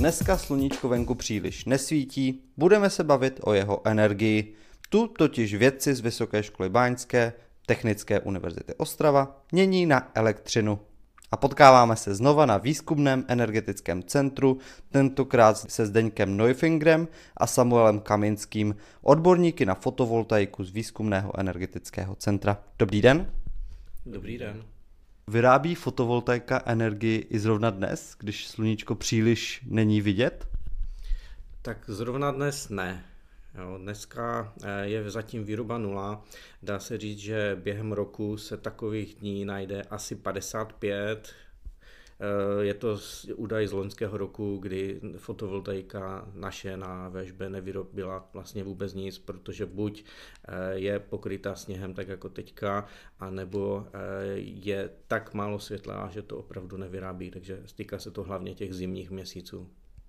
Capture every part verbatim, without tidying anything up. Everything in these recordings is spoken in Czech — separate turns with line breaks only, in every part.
Dneska sluníčko venku příliš nesvítí, budeme se bavit o jeho energii. Tu totiž vědci z Vysoké školy báňské, Technické univerzity Ostrava mění na elektřinu. A potkáváme se znova na výzkumném energetickém centru, tentokrát se Zdeňkem Neufingerem a Samuelem Kaminským, odborníky na fotovoltaiku z výzkumného energetického centra. Dobrý den.
Dobrý den.
Vyrábí fotovoltaika energii i zrovna dnes, když sluníčko příliš není vidět?
Tak zrovna dnes ne. Jo, dneska je zatím výroba nula. Dá se říct, že během roku se takových dní najde asi padesát pět. Je to údaj z loňského roku, kdy fotovoltaika naše na vé eš bé nevyrobila vlastně vůbec nic, protože buď je pokrytá sněhem tak jako teďka, anebo je tak málo světla, že to opravdu nevyrábí, takže týká se to hlavně těch zimních měsíců.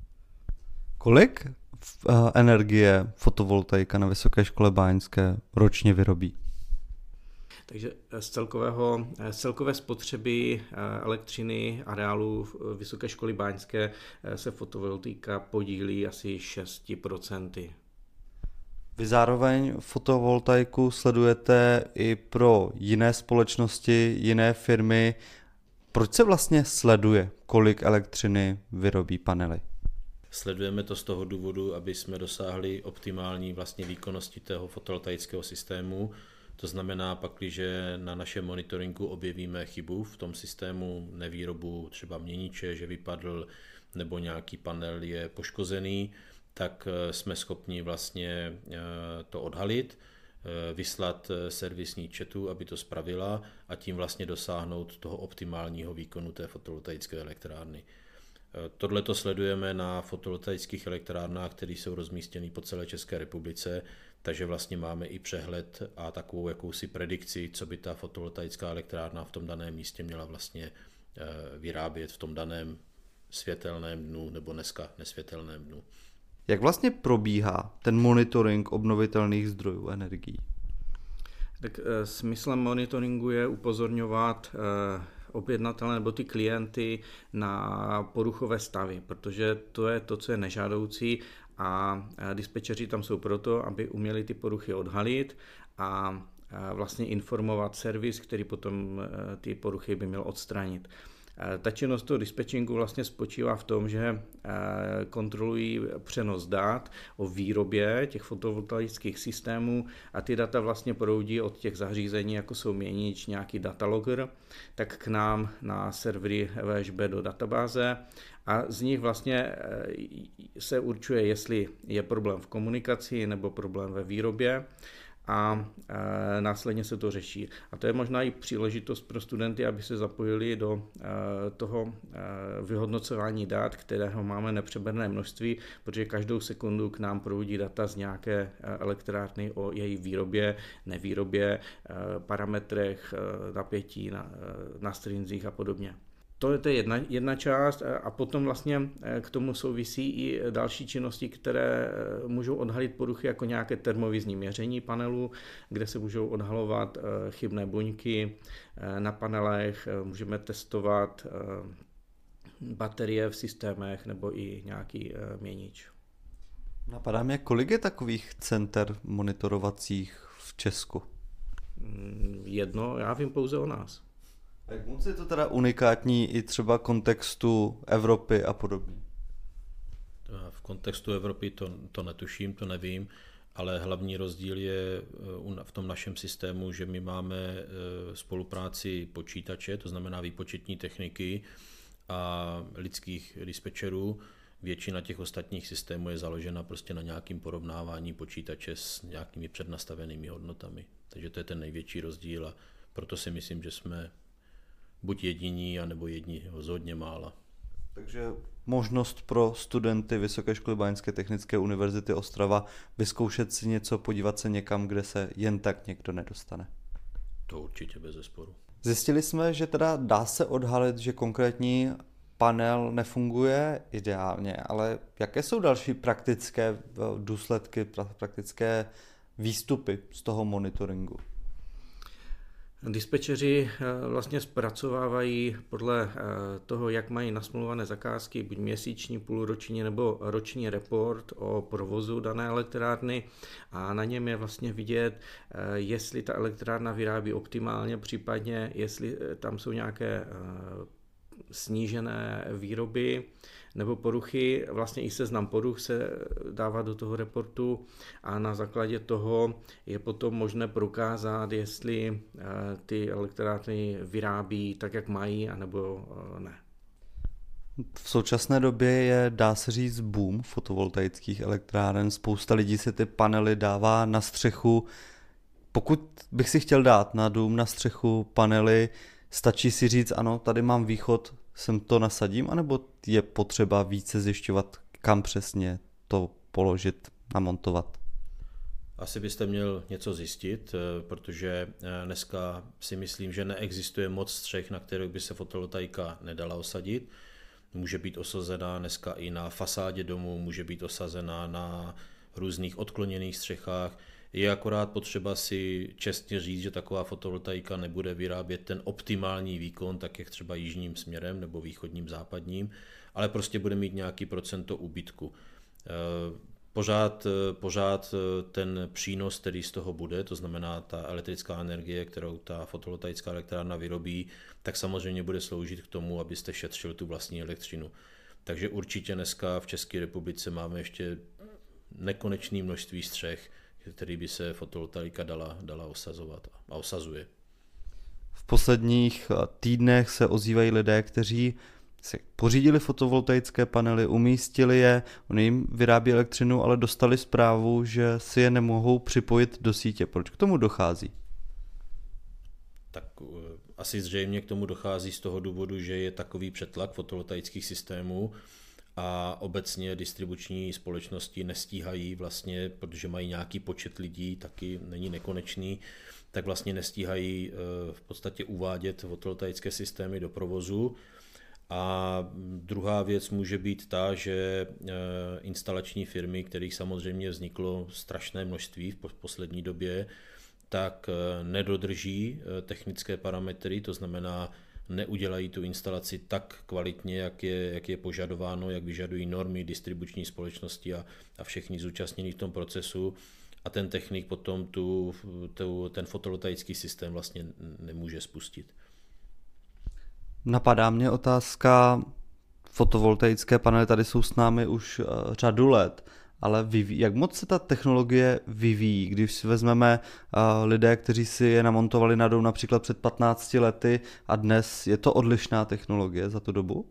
Kolik energie fotovoltaika na Vysoké škole báňské ročně vyrobí?
Takže z, celkového, z celkové spotřeby elektřiny areálu Vysoké školy báňské se fotovoltaika podílí asi šest procent.
Vy zároveň fotovoltaiku sledujete i pro jiné společnosti, jiné firmy. Proč se vlastně sleduje, kolik elektřiny vyrobí panely?
Sledujeme to z toho důvodu, aby jsme dosáhli optimální vlastně výkonnosti toho fotovoltaického systému. To znamená, pakliže na našem monitoringu objevíme chybu v tom systému, nevýrobu třeba měniče, že vypadl nebo nějaký panel je poškozený, tak jsme schopni vlastně to odhalit, vyslat servisní četu, aby to spravila a tím vlastně dosáhnout toho optimálního výkonu té fotovoltaické elektrárny. Tohle to sledujeme na fotovoltaických elektrárnách, které jsou rozmístěny po celé České republice, takže vlastně máme i přehled a takovou jakousi predikci, co by ta fotovoltaická elektrárna v tom daném místě měla vlastně vyrábět v tom daném světelném dnu nebo dneska nesvětelném dnu.
Jak vlastně probíhá ten monitoring obnovitelných zdrojů energií?
Tak smyslem monitoringu je upozorňovat objednatele nebo ty klienty na poruchové stavy, protože to je to, co je nežádoucí a dispečeři tam jsou proto, aby uměli ty poruchy odhalit a vlastně informovat servis, který potom ty poruchy by měl odstranit. Ta činnost toho dispečingu vlastně spočívá v tom, že kontrolují přenos dat o výrobě těch fotovoltaických systémů a ty data vlastně proudí od těch zařízení, jako jsou měnič, nějaký datalogger, tak k nám na servery vé eš bé do databáze a z nich vlastně se určuje, jestli je problém v komunikaci nebo problém ve výrobě a e, následně se to řeší. A to je možná i příležitost pro studenty, aby se zapojili do e, toho e, vyhodnocování dat, kterého máme nepřeberné množství, protože každou sekundu k nám proudí data z nějaké elektrárny o její výrobě, nevýrobě, e, parametrech, e, napětí, na, na strinzích a podobně. To je to jedna, jedna část a potom vlastně k tomu souvisí i další činnosti, které můžou odhalit poruchy jako nějaké termovizní měření panelu, kde se můžou odhalovat chybné buňky na panelech, můžeme testovat baterie v systémech nebo i nějaký měnič.
Napadá mě, kolik je takových center monitorovacích v Česku?
Jedno, já vím pouze o nás.
Jak moc je to teda unikátní i třeba kontextu Evropy a podobně?
V kontextu Evropy to, to netuším, to nevím, ale hlavní rozdíl je v tom našem systému, že my máme spolupráci počítače, to znamená výpočetní techniky a lidských dispečerů. Většina těch ostatních systémů je založena prostě na nějakým porovnávání počítače s nějakými přednastavenými hodnotami. Takže to je ten největší rozdíl a proto si myslím, že jsme buď jediní, anebo jedni z hodně mála.
Takže možnost pro studenty Vysoké školy báňské Technické univerzity Ostrava vyzkoušet si něco, podívat se někam, kde se jen tak někdo nedostane.
To určitě bez zesporu.
Zjistili jsme, že teda dá se odhalit, že konkrétní panel nefunguje ideálně, ale jaké jsou další praktické důsledky, praktické výstupy z toho monitoringu?
Dispečeři vlastně zpracovávají podle toho, jak mají nasmluvané zakázky, buď měsíční, půlroční nebo roční report o provozu dané elektrárny a na něm je vlastně vidět, jestli ta elektrárna vyrábí optimálně, případně jestli tam jsou nějaké snížené výroby nebo poruchy. Vlastně i seznam poruch se dává do toho reportu a na základě toho je potom možné prokázat, jestli ty elektrárny vyrábí tak, jak mají, anebo ne.
V současné době je, dá se říct, boom fotovoltaických elektráren. Spousta lidí si ty panely dává na střechu. Pokud bych si chtěl dát na dům, na střechu panely, stačí si říct, ano, tady mám východ, sem to nasadím, anebo je potřeba více zjišťovat, kam přesně to položit, namontovat?
Asi byste měl něco zjistit, protože dneska si myslím, že neexistuje moc střech, na kterých by se fotovoltaika nedala osadit. Může být osazená dneska i na fasádě domu, může být osazená na různých odkloněných střechách. Je akorát potřeba si čestně říct, že taková fotovoltaika nebude vyrábět ten optimální výkon, tak jak třeba jižním směrem nebo východním západním, ale prostě bude mít nějaký procento úbytku. Pořád, pořád ten přínos, který z toho bude, to znamená ta elektrická energie, kterou ta fotovoltaická elektrárna vyrobí, tak samozřejmě bude sloužit k tomu, abyste šetřil tu vlastní elektřinu. Takže určitě dneska v České republice máme ještě nekonečné množství střech, který by se fotovoltaika dala, dala osazovat a osazuje.
V posledních týdnech se ozývají lidé, kteří si pořídili fotovoltaické panely, umístili je, oni jim vyrábí elektřinu, ale dostali zprávu, že si je nemohou připojit do sítě. Proč k tomu dochází?
Tak asi zřejmě k tomu dochází z toho důvodu, že je takový přetlak fotovoltaických systémů a obecně distribuční společnosti nestíhají vlastně, protože mají nějaký počet lidí, taky není nekonečný, tak vlastně nestíhají v podstatě uvádět fotovoltaické systémy do provozu. A druhá věc může být ta, že instalační firmy, kterých samozřejmě vzniklo strašné množství v poslední době, tak nedodrží technické parametry, to znamená, neudělají tu instalaci tak kvalitně, jak je, jak je požadováno, jak vyžadují normy distribuční společnosti a, a všichni zúčastnění v tom procesu. A ten technik potom tu, tu, ten fotovoltaický systém vlastně nemůže spustit.
Napadá mě otázka, fotovoltaické panely tady jsou s námi už uh, řadu let, ale vyvíjí, jak moc se ta technologie vyvíjí, když si vezmeme uh, lidé, kteří si je namontovali na dům například před patnácti lety a dnes je to odlišná technologie za tu dobu?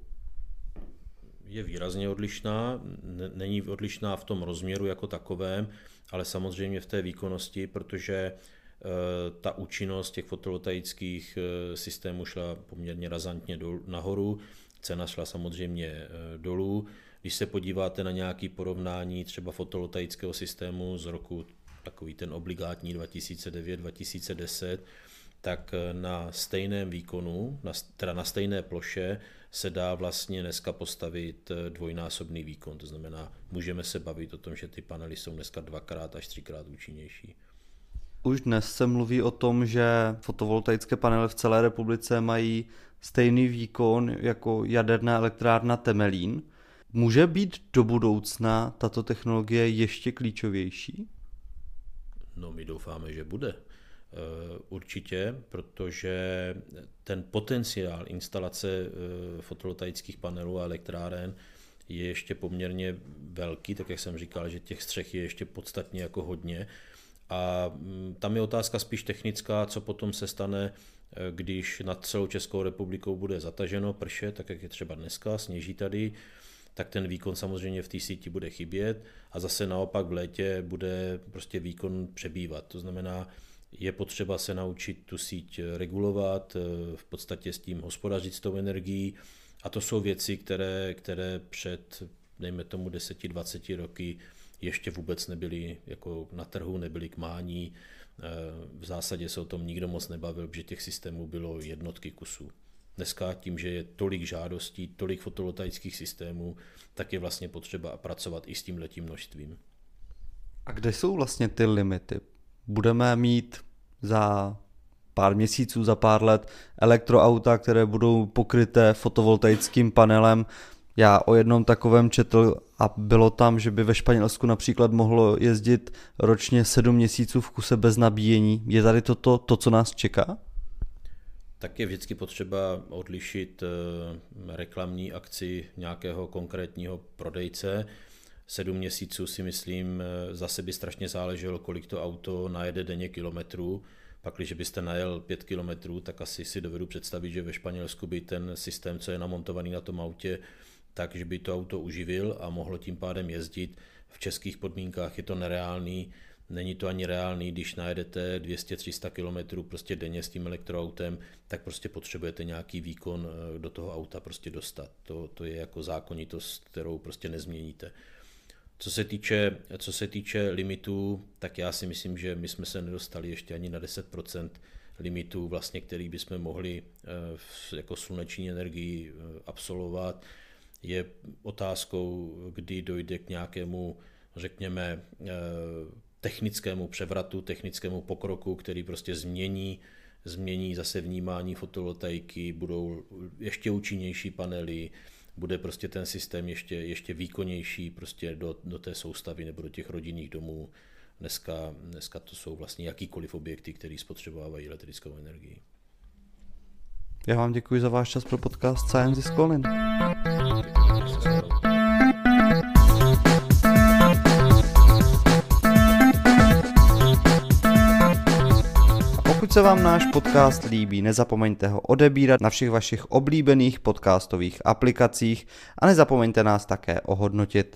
Je výrazně odlišná, není odlišná v tom rozměru jako takovém, ale samozřejmě v té výkonnosti, protože ta účinnost těch fotovoltaických systémů šla poměrně razantně nahoru, cena šla samozřejmě dolů. Když se podíváte na nějaké porovnání třeba fotovoltaického systému z roku takový ten obligátní dva tisíce devět dva tisíce deset, tak na stejném výkonu, na, teda na stejné ploše se dá vlastně dneska postavit dvojnásobný výkon. To znamená, můžeme se bavit o tom, že ty panely jsou dneska dvakrát až třikrát účinnější.
Už dnes se mluví o tom, že fotovoltaické panely v celé republice mají stejný výkon jako jaderná elektrárna Temelín. Může být do budoucna tato technologie ještě klíčovější?
No, my doufáme, že bude. Určitě, protože ten potenciál instalace fotovoltaických panelů a elektráren je ještě poměrně velký, tak jak jsem říkal, že těch střech je ještě podstatně jako hodně. A tam je otázka spíš technická, co potom se stane, když nad celou Českou republikou bude zataženo, prše, tak jak je třeba dneska, sněží tady, tak ten výkon samozřejmě v té síti bude chybět a zase naopak v létě bude prostě výkon přebývat. To znamená, je potřeba se naučit tu síť regulovat, v podstatě s tím hospodařit s tou energií a to jsou věci, které, které před, dejme tomu deset dvacet roky ještě vůbec nebyly jako na trhu, nebyly k mání. V zásadě se o tom nikdo moc nebavil, protože těch systémů bylo jednotky kusů. Dneska tím, že je tolik žádostí, tolik fotovoltaických systémů, tak je vlastně potřeba pracovat i s tímhletím množstvím.
A kde jsou vlastně ty limity? Budeme mít za pár měsíců, za pár let elektroauta, které budou pokryté fotovoltaickým panelem. Já o jednom takovém četl a bylo tam, že by ve Španělsku například mohlo jezdit ročně sedm měsíců v kuse bez nabíjení. Je tady toto to, co nás čeká?
Tak je vždycky potřeba odlišit reklamní akci nějakého konkrétního prodejce. Sedm měsíců si myslím, zase by strašně záleželo, kolik to auto najede denně kilometrů. Pak, když byste najel pět kilometrů, tak asi si dovedu představit, že ve Španělsku by ten systém, co je namontovaný na tom autě, takže by to auto uživil a mohlo tím pádem jezdit. V českých podmínkách je to nereálný, není to ani reálný, když najedete dvě stě až tři sta kilometrů prostě denně s tím elektroautem, tak prostě potřebujete nějaký výkon do toho auta prostě dostat. To, to je jako zákonitost, kterou prostě nezměníte. Co se týče, co se týče limitů, tak já si myslím, že my jsme se nedostali ještě ani na deset procent limitů, vlastně, který bychom mohli jako sluneční energii absolvovat. Je otázkou, kdy dojde k nějakému, řekněme, technickému převratu, technickému pokroku, který prostě změní, změní zase vnímání fotovoltaiky, budou ještě účinnější panely, bude prostě ten systém ještě, ještě výkonnější prostě do, do té soustavy nebo do těch rodinných domů. Dneska, dneska to jsou vlastně jakýkoliv objekty, které spotřebovávají elektrickou energii.
Já vám děkuji za váš čas pro podcast Science is Calling. Pokud se vám náš podcast líbí, nezapomeňte ho odebírat na všech vašich oblíbených podcastových aplikacích a nezapomeňte nás také ohodnotit.